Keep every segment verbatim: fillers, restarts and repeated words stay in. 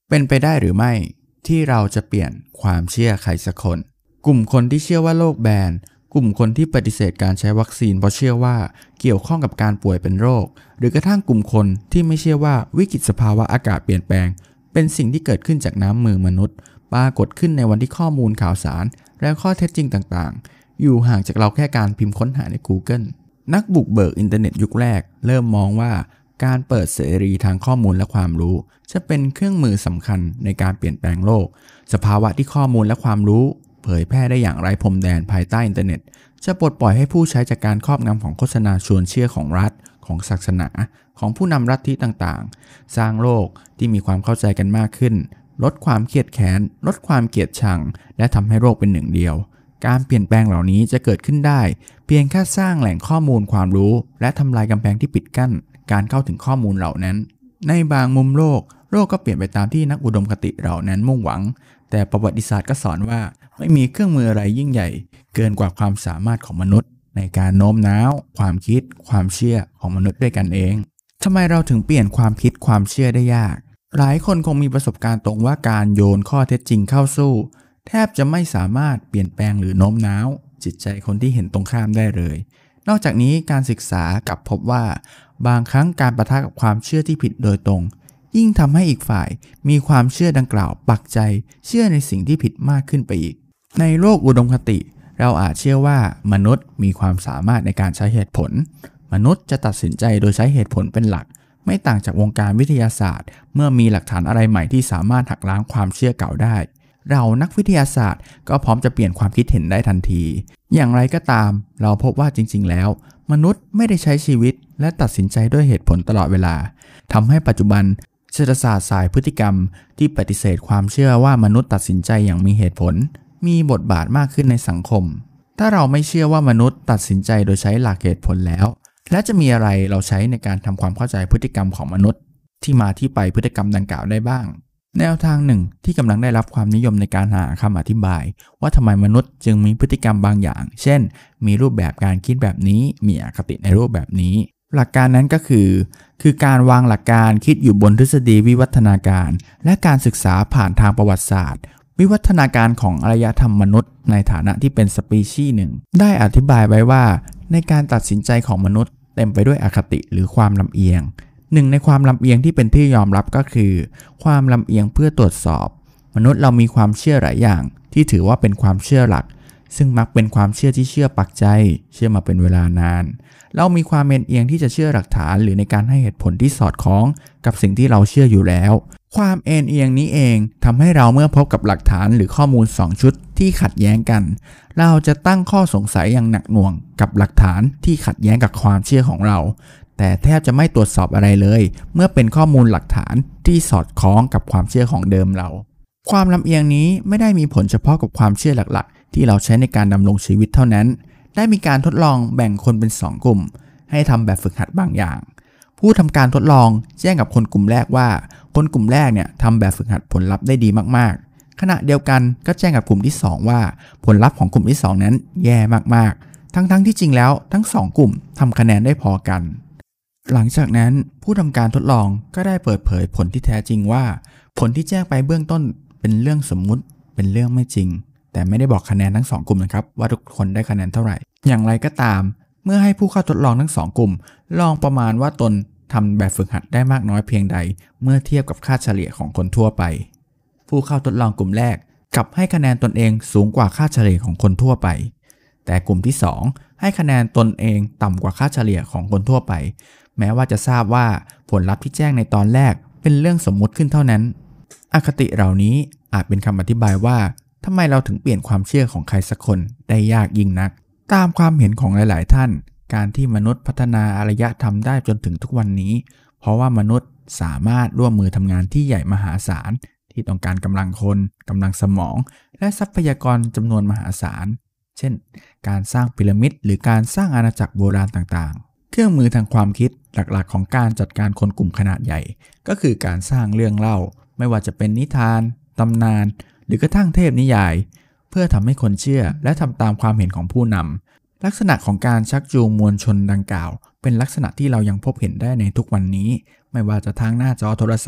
เป็นไปได้หรือไม่ที่เราจะเปลี่ยนความเชื่อใครสักคนกลุ่มคนที่เชื่อว่าโลกแบนกลุ่มคนที่ปฏิเสธการใช้วัคซีนเพราะเชื่อว่าเกี่ยวข้องกับการป่วยเป็นโรคหรือกระทั่งกลุ่มคนที่ไม่เชื่อว่าวิกฤตสภาวะอากาศเปลี่ยนแปลงเป็นสิ่งที่เกิดขึ้นจากน้ำมือมนุษย์ปรากฏขึ้นในวันที่ข้อมูลข่าวสารและข้อเท็จจริงต่างๆอยู่ห่างจากเราแค่การพิมพ์ค้นหาใน Google นักบุกเบิกอินเทอร์เน็ตยุคแรกเริ่มมองว่าการเปิดเสรีทางข้อมูลและความรู้จะเป็นเครื่องมือสำคัญในการเปลี่ยนแปลงโลกสภาวะที่ข้อมูลและความรู้เผยแพร่ได้อย่างไร้พรมแดนภายใต้อินเทอร์เน็ตจะปลดปล่อยให้ผู้ใช้จากการครอบงำของโฆษณาชวนเชื่อของรัฐของศาสนาของผู้นำลัทธิต่างๆสร้างโลกที่มีความเข้าใจกันมากขึ้นลดความเครียดแค้นลดความเกลียดชังและทำให้โลกเป็นหนึ่งเดียวการเปลี่ยนแปลงเหล่านี้จะเกิดขึ้นได้เพียงแค่สร้างแหล่งข้อมูลความรู้และทำลายกำแพงที่ปิดกั้นการเข้าถึงข้อมูลเหล่านั้นในบางมุมโลกโลกก็เปลี่ยนไปตามที่นักอุดมคติเหล่านั้นมุ่งหวังแต่ประวัติศาสตร์ก็สอนว่าไม่มีเครื่องมืออะไรยิ่งใหญ่เกินกว่าความสามารถของมนุษย์ในการโน้มน้าวความคิดความเชื่อของมนุษย์ด้วยกันเองทำไมเราถึงเปลี่ยนความคิดความเชื่อได้ยากหลายคนคงมีประสบการณ์ตรงว่าการโยนข้อเท็จจริงเข้าสู้แทบจะไม่สามารถเปลี่ยนแปลงหรือโน้มน้าวจิตใจคนที่เห็นตรงข้ามได้เลยนอกจากนี้การศึกษากลับพบว่าบางครั้งการปะทะกับความเชื่อที่ผิดโดยตรงยิ่งทำให้อีกฝ่ายมีความเชื่อดังกล่าวปักใจเชื่อในสิ่งที่ผิดมากขึ้นไปอีกในโลกอุดมคติเราอาจเชื่อว่ามนุษย์มีความสามารถในการใช้เหตุผลมนุษย์จะตัดสินใจโดยใช้เหตุผลเป็นหลักไม่ต่างจากวงการวิทยาศาสตร์เมื่อมีหลักฐานอะไรใหม่ที่สามารถหักล้างความเชื่อเก่าได้เรานักวิทยาศาสตร์ก็พร้อมจะเปลี่ยนความคิดเห็นได้ทันทีอย่างไรก็ตามเราพบว่าจริงๆแล้วมนุษย์ไม่ได้ใช้ชีวิตและตัดสินใจด้วยเหตุผลตลอดเวลาทำให้ปัจจุบันเศรษฐศาสตร์สายพฤติกรรมที่ปฏิเสธความเชื่อว่ามนุษย์ตัดสินใจอย่างมีเหตุผลมีบทบาทมากขึ้นในสังคมถ้าเราไม่เชื่อว่ามนุษย์ตัดสินใจโดยใช้หลักเหตุผลแล้วและจะมีอะไรเราใช้ในการทำความเข้าใจพฤติกรรมของมนุษย์ที่มาที่ไปพฤติกรรมดังกล่าวได้บ้างแนวทางหนึ่งที่กำลังได้รับความนิยมในการหาคำอธิบายว่าทำไมมนุษย์จึงมีพฤติกรรมบางอย่างเช่นมีรูปแบบการคิดแบบนี้มีอคติในรูปแบบนี้หลักการนั้นก็คือคือการวางหลักการคิดอยู่บนทฤษฎีวิวัฒนาการและการศึกษาผ่านทางประวัติศาสตร์วิวัฒนาการของอารยธรรมมนุษย์ในฐานะที่เป็นสปีชีส์หนึ่งได้อธิบายไว้ว่าในการตัดสินใจของมนุษย์เต็มไปด้วยอคติหรือความลำเอียงหนึ่งในความลำเอียงที่เป็นที่ยอมรับก็คือความลำเอียงเพื่อตรวจสอบมนุษย์เรามีความเชื่อหลายอย่างที่ถือว่าเป็นความเชื่อหลักซึ่งมักเป็นความเชื่อที่เชื่อปักใจเชื่อมาเป็นเวลานานเรามีความเอ็นเอียงที่จะเชื่อหลักฐานหรือในการให้เหตุผลที่สอดคล้องกับสิ่งที่เราเชื่ออยู่แล้วความเอ็นเอียงนี้เองทำให้เราเมื่อพบกับหลักฐานหรือข้อมูลสองชุดที่ขัดแย้งกันเราจะตั้งข้อสงสัยอย่างหนักหน่วงกับหลักฐานที่ขัดแย้งกับความเชื่อของเราแต่แทบจะไม่ตรวจสอบอะไรเลยเมื่อเป็นข้อมูลหลักฐานที่สอดคล้องกับความเชื่อของเดิมเราความลำเอียงนี้ไม่ได้มีผลเฉพาะกับความเชื่อหลักๆที่เราใช้ในการดำรงชีวิตเท่านั้นได้มีการทดลองแบ่งคนเป็นสองกลุ่มให้ทำแบบฝึกหัดบางอย่างผู้ทำการทดลองแจ้งกับคนกลุ่มแรกว่าคนกลุ่มแรกเนี่ยทำแบบฝึกหัดผลลัพธ์ได้ดีมากๆขณะเดียวกันก็แจ้งกับกลุ่มที่สองว่าผลลัพธ์ของกลุ่มที่สองนั้นแย่มากๆทั้งๆที่จริงแล้วทั้งสองกลุ่มทำคะแนนได้พอกันหลังจากนั้นผู้ทำการทดลองก็ได้เปิดเผยผลที่แท้จริงว่าผลที่แจ้งไปเบื้องต้นเป็นเรื่องสมมุติเป็นเรื่องไม่จริงแต่ไม่ได้บอกคะแนนทั้งสองกลุ่มนะครับว่าทุกคนได้คะแนนเท่าไหร่อย่างไรก็ตามเมื่อให้ผู้เข้าทดลองทั้งสองกลุ่มลองประมาณว่าตนทำแบบฝึกหัดได้มากน้อยเพียงใดเมื่อเทียบกับค่าเฉลี่ยของคนทั่วไปผู้เข้าทดลองกลุ่มแรกกลับให้คะแนนตนเองสูงกว่าค่าเฉลี่ยของคนทั่วไปแต่กลุ่มที่สองให้คะแนนตนเองต่ำกว่าค่าเฉลี่ยของคนทั่วไปแม้ว่าจะทราบว่าผลลัพธ์ที่แจ้งในตอนแรกเป็นเรื่องสมมุติขึ้นเท่านั้นอคติเหล่านี้อาจเป็นคำอธิบายว่าทำไมเราถึงเปลี่ยนความเชื่อของใครสักคนได้ยากยิ่งนักตามความเห็นของหลายๆท่านการที่มนุษย์พัฒนาอารยธรรมได้จนถึงทุกวันนี้เพราะว่ามนุษย์สามารถร่วมมือทำงานที่ใหญ่มหาศาลที่ต้องการกำลังคนกำลังสมองและทรัพยากรจำนวนมหาศาลเช่นการสร้างพีระมิดหรือการสร้างอาณาจักรโบราณต่างๆเครื่องมือทางความคิดหลักๆของการจัดการคนกลุ่มขนาดใหญ่ก็คือการสร้างเรื่องเล่าไม่ว่าจะเป็นนิทานตำนานหรือกระทั่งเทพนิยายเพื่อทำให้คนเชื่อและทำตามความเห็นของผู้นำลักษณะของการชักจูงมวลชนดังกล่าวเป็นลักษณะที่เรายังพบเห็นได้ในทุกวันนี้ไม่ว่าจะทางหน้าจอโทรศัพท์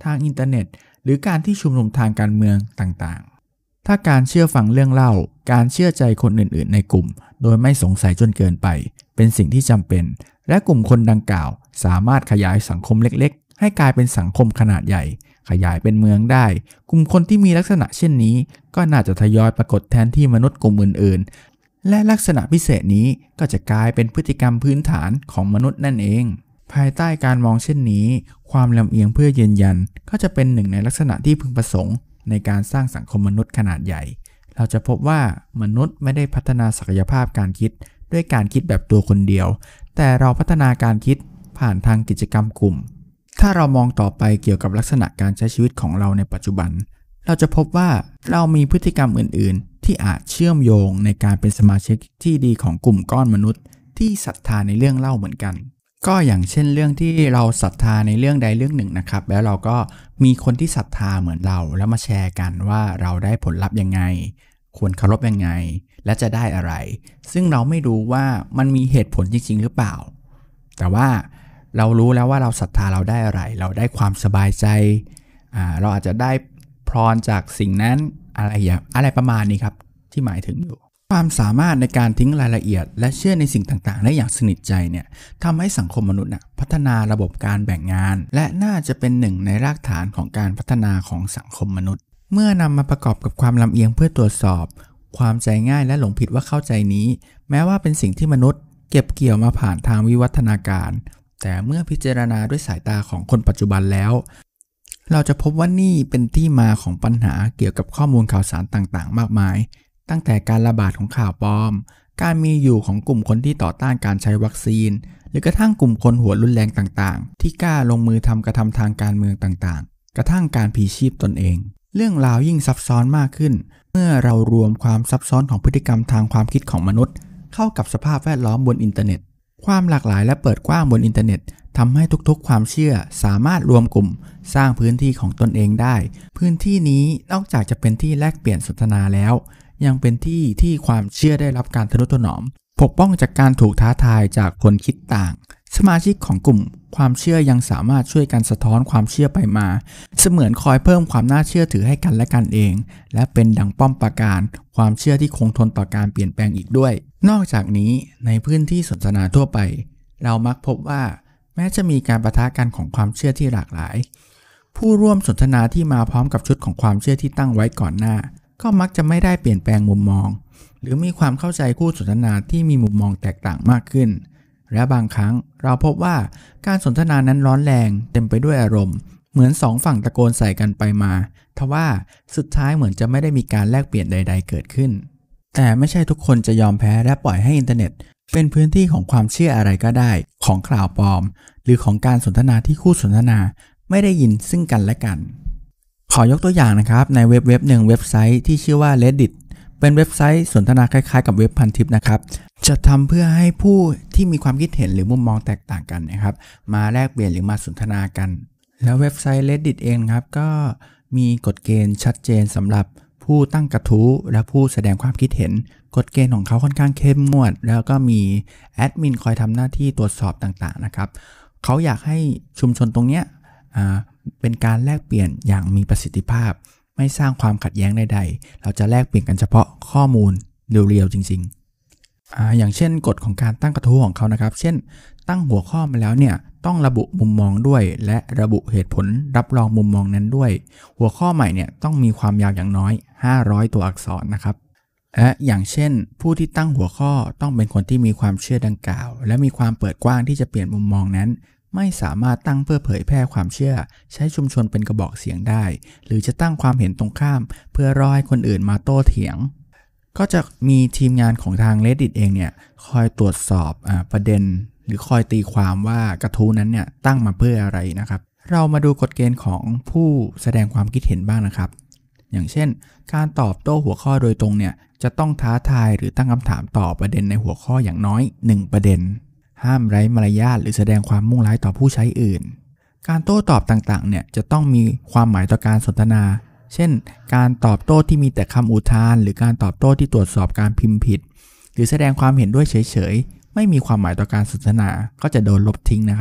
ทางอินเทอร์เน็ตหรือการที่ชุมนุมทางการเมืองต่างๆถ้าการเชื่อฟังเรื่องเล่าการเชื่อใจคนอื่นๆในกลุ่มโดยไม่สงสัยจนเกินไปเป็นสิ่งที่จำเป็นและกลุ่มคนดังกล่าวสามารถขยายสังคมเล็กๆให้กลายเป็นสังคมขนาดใหญ่ขยายเป็นเมืองได้กลุ่มคนที่มีลักษณะเช่นนี้ก็น่าจะทยอยปรากฏแทนที่มนุษย์กลุ่มอื่นๆและลักษณะพิเศษนี้ก็จะกลายเป็นพฤติกรรมพื้นฐานของมนุษย์นั่นเองภายใต้การมองเช่นนี้ความลำเอียงเพื่อยืนยันก็จะเป็นหนึ่งในลักษณะที่พึงประสงค์ในการสร้างสังคมมนุษย์ขนาดใหญ่เราจะพบว่ามนุษย์ไม่ได้พัฒนาศักยภาพการคิดด้วยการคิดแบบตัวคนเดียวแต่เราพัฒนาการคิดผ่านทางกิจกรรมกลุ่มถ้าเรามองต่อไปเกี่ยวกับลักษณะการใช้ชีวิตของเราในปัจจุบันเราจะพบว่าเรามีพฤติกรรมอื่นๆที่อาจเชื่อมโยงในการเป็นสมาชิกที่ดีของกลุ่มก้อนมนุษย์ที่ศรัทธาในเรื่องเล่าเหมือนกันก็อย่างเช่นเรื่องที่เราศรัทธาในเรื่องใดเรื่องหนึ่งนะครับแล้วเราก็มีคนที่ศรัทธาเหมือนเราแล้วมาแชร์กันว่าเราได้ผลลัพธ์ยังไงควรเคารพยังไงและจะได้อะไรซึ่งเราไม่รู้ว่ามันมีเหตุผลจริงๆหรือเปล่าแต่ว่าเรารู้แล้วว่าเราศรัทธาเราได้อะไรเราได้ความสบายใจอ่าเราอาจจะได้พรจากสิ่งนั้นอะไรอย่างอะไรประมาณนี้ครับที่หมายถึงอยู่ความสามารถในการทิ้งรายละเอียดและเชื่อในสิ่งต่างๆได้อย่างสนิทใจเนี่ยทำให้สังคมมนุษย์นะพัฒนาระบบการแบ่งงานและน่าจะเป็นหนึ่งในรากฐานของการพัฒนาของสังคมมนุษย์เมื่อนำมาประกอบกับความลำเอียงเพื่อตรวจสอบความใจง่ายและหลงผิดว่าเข้าใจนี้แม้ว่าเป็นสิ่งที่มนุษย์เก็บเกี่ยวมาผ่านทางวิวัฒนาการแต่เมื่อพิจารณาด้วยสายตาของคนปัจจุบันแล้วเราจะพบว่านี่เป็นที่มาของปัญหาเกี่ยวกับข้อมูลข่าวสารต่างๆมากมายตั้งแต่การระบาดของข่าวปลอมการมีอยู่ของกลุ่มคนที่ต่อต้านการใช้วัคซีนหรือกระทั่งกลุ่มคนหัวรุนแรงต่างๆที่กล้าลงมือทำกระทำทางการเมืองต่างๆกระทั่งการพลีชีพตนเองเรื่องราวยิ่งซับซ้อนมากขึ้นเมื่อเรารวมความซับซ้อนของพฤติกรรมทางความคิดของมนุษย์เข้ากับสภาพแวดล้อมบนอินเทอร์เน็ตความหลากหลายและเปิดกว้างบนอินเทอร์เน็ตทำให้ทุกๆความเชื่อสามารถรวมกลุ่มสร้างพื้นที่ของตนเองได้พื้นที่นี้นอกจากจะเป็นที่แลกเปลี่ยนสนทนาแล้วยังเป็นที่ที่ความเชื่อได้รับการทนุถนอมปกป้องจากการถูกท้าทายจากคนคิดต่างสมาชิกของกลุ่มความเชื่อยังสามารถช่วยกันสะท้อนความเชื่อไปมาเสมือนคอยเพิ่มความน่าเชื่อถือให้กันและกันเองและเป็นดั่งป้อมปราการความเชื่อที่คงทนต่อการเปลี่ยนแปลงอีกด้วยนอกจากนี้ในพื้นที่สนทนาทั่วไปเรามักพบว่าแม้จะมีการปะทะกันของความเชื่อที่หลากหลายผู้ร่วมสนทนาที่มาพร้อมกับชุดของความเชื่อที่ตั้งไว้ก่อนหน้าก็มักจะไม่ได้เปลี่ยนแปลงมุมมองหรือมีความเข้าใจคู่สนทนาที่มีมุมมองแตกต่างมากขึ้นและบางครั้งเราพบว่าการสนทนานั้นร้อนแรงเต็มไปด้วยอารมณ์เหมือนสองฝั่งตะโกนใส่กันไปมาทว่าสุดท้ายเหมือนจะไม่ได้มีการแลกเปลี่ยนใดๆเกิดขึ้นแต่ไม่ใช่ทุกคนจะยอมแพ้และปล่อยให้อินเทอร์เน็ตเป็นพื้นที่ของความเชื่ออะไรก็ได้ของข่าวปลอมหรือของการสนทนาที่คู่สนทนาไม่ได้ยินซึ่งกันและกันขอยกตัวอย่างนะครับในเว็บเว็บหนึ่งเว็บไซต์ที่ชื่อว่า Reddit เป็นเว็บไซต์สนทนาคล้ายๆกับเว็บพันทิปนะครับจะทำเพื่อให้ผู้ที่มีความคิดเห็นหรือมุมมองแตกต่างกันนะครับมาแลกเปลี่ยนหรือมาสนทนากันแล้วเว็บไซต์ Reddit เองครับก็มีกฎเกณฑ์ชัดเจนสำหรับผู้ตั้งกระทู้และผู้แสดงความคิดเห็นกฎเกณฑ์ของเขาค่อนข้างเข้มงวดแล้วก็มีแอดมินคอยทำหน้าที่ตรวจสอบต่างๆนะครับเขาอยากให้ชุมชนตรงเนี้ยอ่าเป็นการแลกเปลี่ยนอย่างมีประสิทธิภาพไม่สร้างความขัดแย้งใดๆเราจะแลกเปลี่ยนกันเฉพาะข้อมูลเรียวๆจริงๆอ่าอย่างเช่นกฎของการตั้งกระทู้ของเขานะครับเช่นตั้งหัวข้อมาแล้วเนี่ยต้องระบุมุมมองด้วยและระบุเหตุผลรับรองมุมมองนั้นด้วยหัวข้อใหม่เนี่ยต้องมีความยาวอย่างน้อยห้าร้อยตัวอักษรนะครับและอย่างเช่นผู้ที่ตั้งหัวข้อต้องเป็นคนที่มีความเชื่อดังกล่าวและมีความเปิดกว้างที่จะเปลี่ยนมุมมองนั้นไม่สามารถตั้งเพื่อเผยแพร่ความเชื่อใช้ชุมชนเป็นกระบอกเสียงได้หรือจะตั้งความเห็นตรงข้ามเพื่อรอให้คนอื่นมาโต้เถียงก็จะมีทีมงานของทาง Reddit เองเนี่ยคอยตรวจสอบอ่าประเด็นหรือคอยตีความว่ากระทู้นั้นเนี่ยตั้งมาเพื่ออะไรนะครับเรามาดูกฎเกณฑ์ของผู้แสดงความคิดเห็นบ้างนะครับอย่างเช่นการตอบโต้หัวข้อโดยตรงเนี่ยจะต้องท้าทายหรือตั้งคำถามต่อประเด็นในหัวข้ออย่างน้อยหนึ่งประเด็นห้ามไร้มารยาทหรือแสดงความมุ่งร้ายต่อผู้ใช้อื่นการโต้ตอบต่างๆเนี่ยจะต้องมีความหมายต่อการสนทนาเช่นการตอบโต้ที่มีแต่คำอุทานหรือการตอบโต้ที่ตรวจสอบการพิมพ์ผิดหรือแสดงความเห็นด้วยเฉยๆไม่มีความหมายต่อการสนทนาก็จะโดนลบทิ้งนะครับ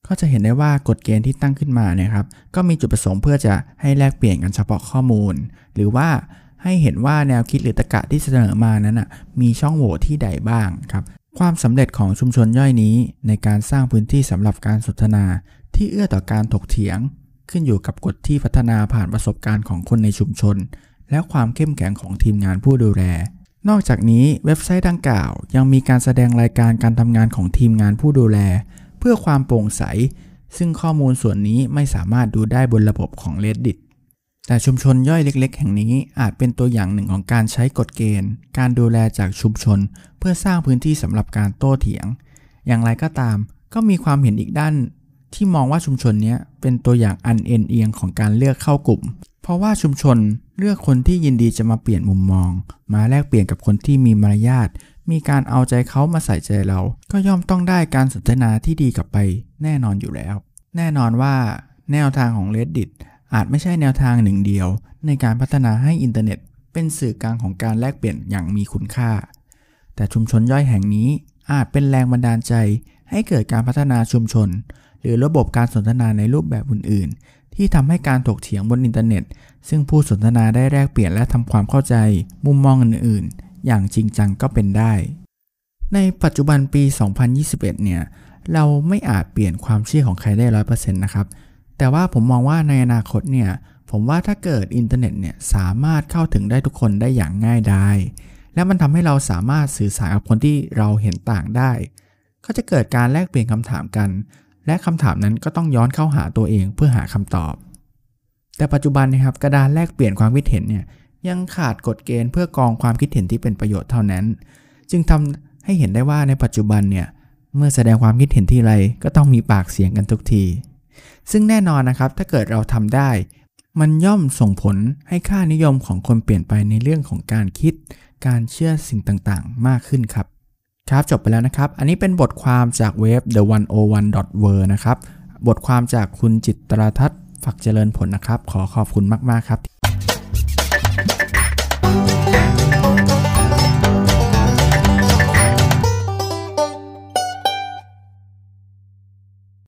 ก็จะเห็นได้ว่ากฎเกณฑ์ที่ตั้งขึ้นมาเนี่ยครับก็มีจุดประสงค์เพื่อจะให้แลกเปลี่ยนกันเฉพาะข้อมูลหรือว่าให้เห็นว่าแนวคิดหรือตรรกะที่เสนอมานั้นนะมีช่องโหว่ที่ใดบ้างครับความสำเร็จของชุมชนย่อยนี้ในการสร้างพื้นที่สำหรับการสนทนาที่เอื้อต่อการถกเถียงขึ้นอยู่กับกฎที่พัฒนาผ่านประสบการณ์ของคนในชุมชนและความเข้มแข็งของทีมงานผู้ดูแลนอกจากนี้เว็บไซต์ดังกล่าวยังมีการแสดงรายการการทำงานของทีมงานผู้ดูแลเพื่อความโปร่งใสซึ่งข้อมูลส่วนนี้ไม่สามารถดูได้บนระบบของ Reddit แต่ชุมชนย่อยเล็กๆแห่งนี้อาจเป็นตัวอย่างหนึ่งของการใช้กฎเกณฑ์การดูแลจากชุมชนเพื่อสร้างพื้นที่สำหรับการโต้เถียงอย่างไรก็ตามก็มีความเห็นอีกด้านที่มองว่าชุมชนนี้เป็นตัวอย่างอันเอ็นเอียงของการเลือกเข้ากลุ่มเพราะว่าชุมชนเลือกคนที่ยินดีจะมาเปลี่ยนมุมมองมาแลกเปลี่ยนกับคนที่มีมารยาทมีการเอาใจเขามาใส่ใจเราก็ย่อมต้องได้การสนทนาที่ดีกลับไปแน่นอนอยู่แล้วแน่นอนว่าแนวทางของ Reddit อาจไม่ใช่แนวทางหนึ่งเดียวในการพัฒนาให้อินเทอร์เน็ตเป็นสื่อกลางของการแลกเปลี่ยนอย่างมีคุณค่าแต่ชุมชนย่อยแห่งนี้อาจเป็นแรงบันดาลใจให้เกิดการพัฒนาชุมชนหรือระบบการสนทนาในรูปแบบอื่นๆที่ทำให้การถกเถียงบนอินเทอร์เน็ตซึ่งผู้สนทนาได้แลกเปลี่ยนและทำความเข้าใจมุมมองอื่นๆอย่างจริงจังก็เป็นได้ในปัจจุบันปี สองพันยี่สิบเอ็ด เนี่ยเราไม่อาจเปลี่ยนความเชื่อของใครได้ ร้อยเปอร์เซ็นต์ นะครับแต่ว่าผมมองว่าในอนาคตเนี่ยผมว่าถ้าเกิดอินเทอร์เน็ตเนี่ยสามารถเข้าถึงได้ทุกคนได้อย่างง่ายดายและมันทำให้เราสามารถสื่อสารกับคนที่เราเห็นต่างได้ก็จะเกิดการแลกเปลี่ยนคำถามกันและคำถามนั้นก็ต้องย้อนเข้าหาตัวเองเพื่อหาคำตอบแต่ปัจจุบันนะครับกระดานแลกเปลี่ยนความคิดเห็นเนี่ยยังขาดกฎเกณฑ์เพื่อกรองความคิดเห็นที่เป็นประโยชน์เท่านั้นจึงทำให้เห็นได้ว่าในปัจจุบันเนี่ยเมื่อแสดงความคิดเห็นทีไรก็ต้องมีปากเสียงกันทุกทีซึ่งแน่นอนนะครับถ้าเกิดเราทำได้มันย่อมส่งผลให้ค่านิยมของคนเปลี่ยนไปในเรื่องของการคิดการเชื่อสิ่งต่างๆมากขึ้นครับครับจบไปแล้วนะครับอันนี้เป็นบทความจากเว็บ เดอะ หนึ่งศูนย์หนึ่ง ดอท เวิร์ นะครับบทความจากคุณจิตรทัศน์ฝักเจริญผลนะครับขอขอบคุณมากๆครับ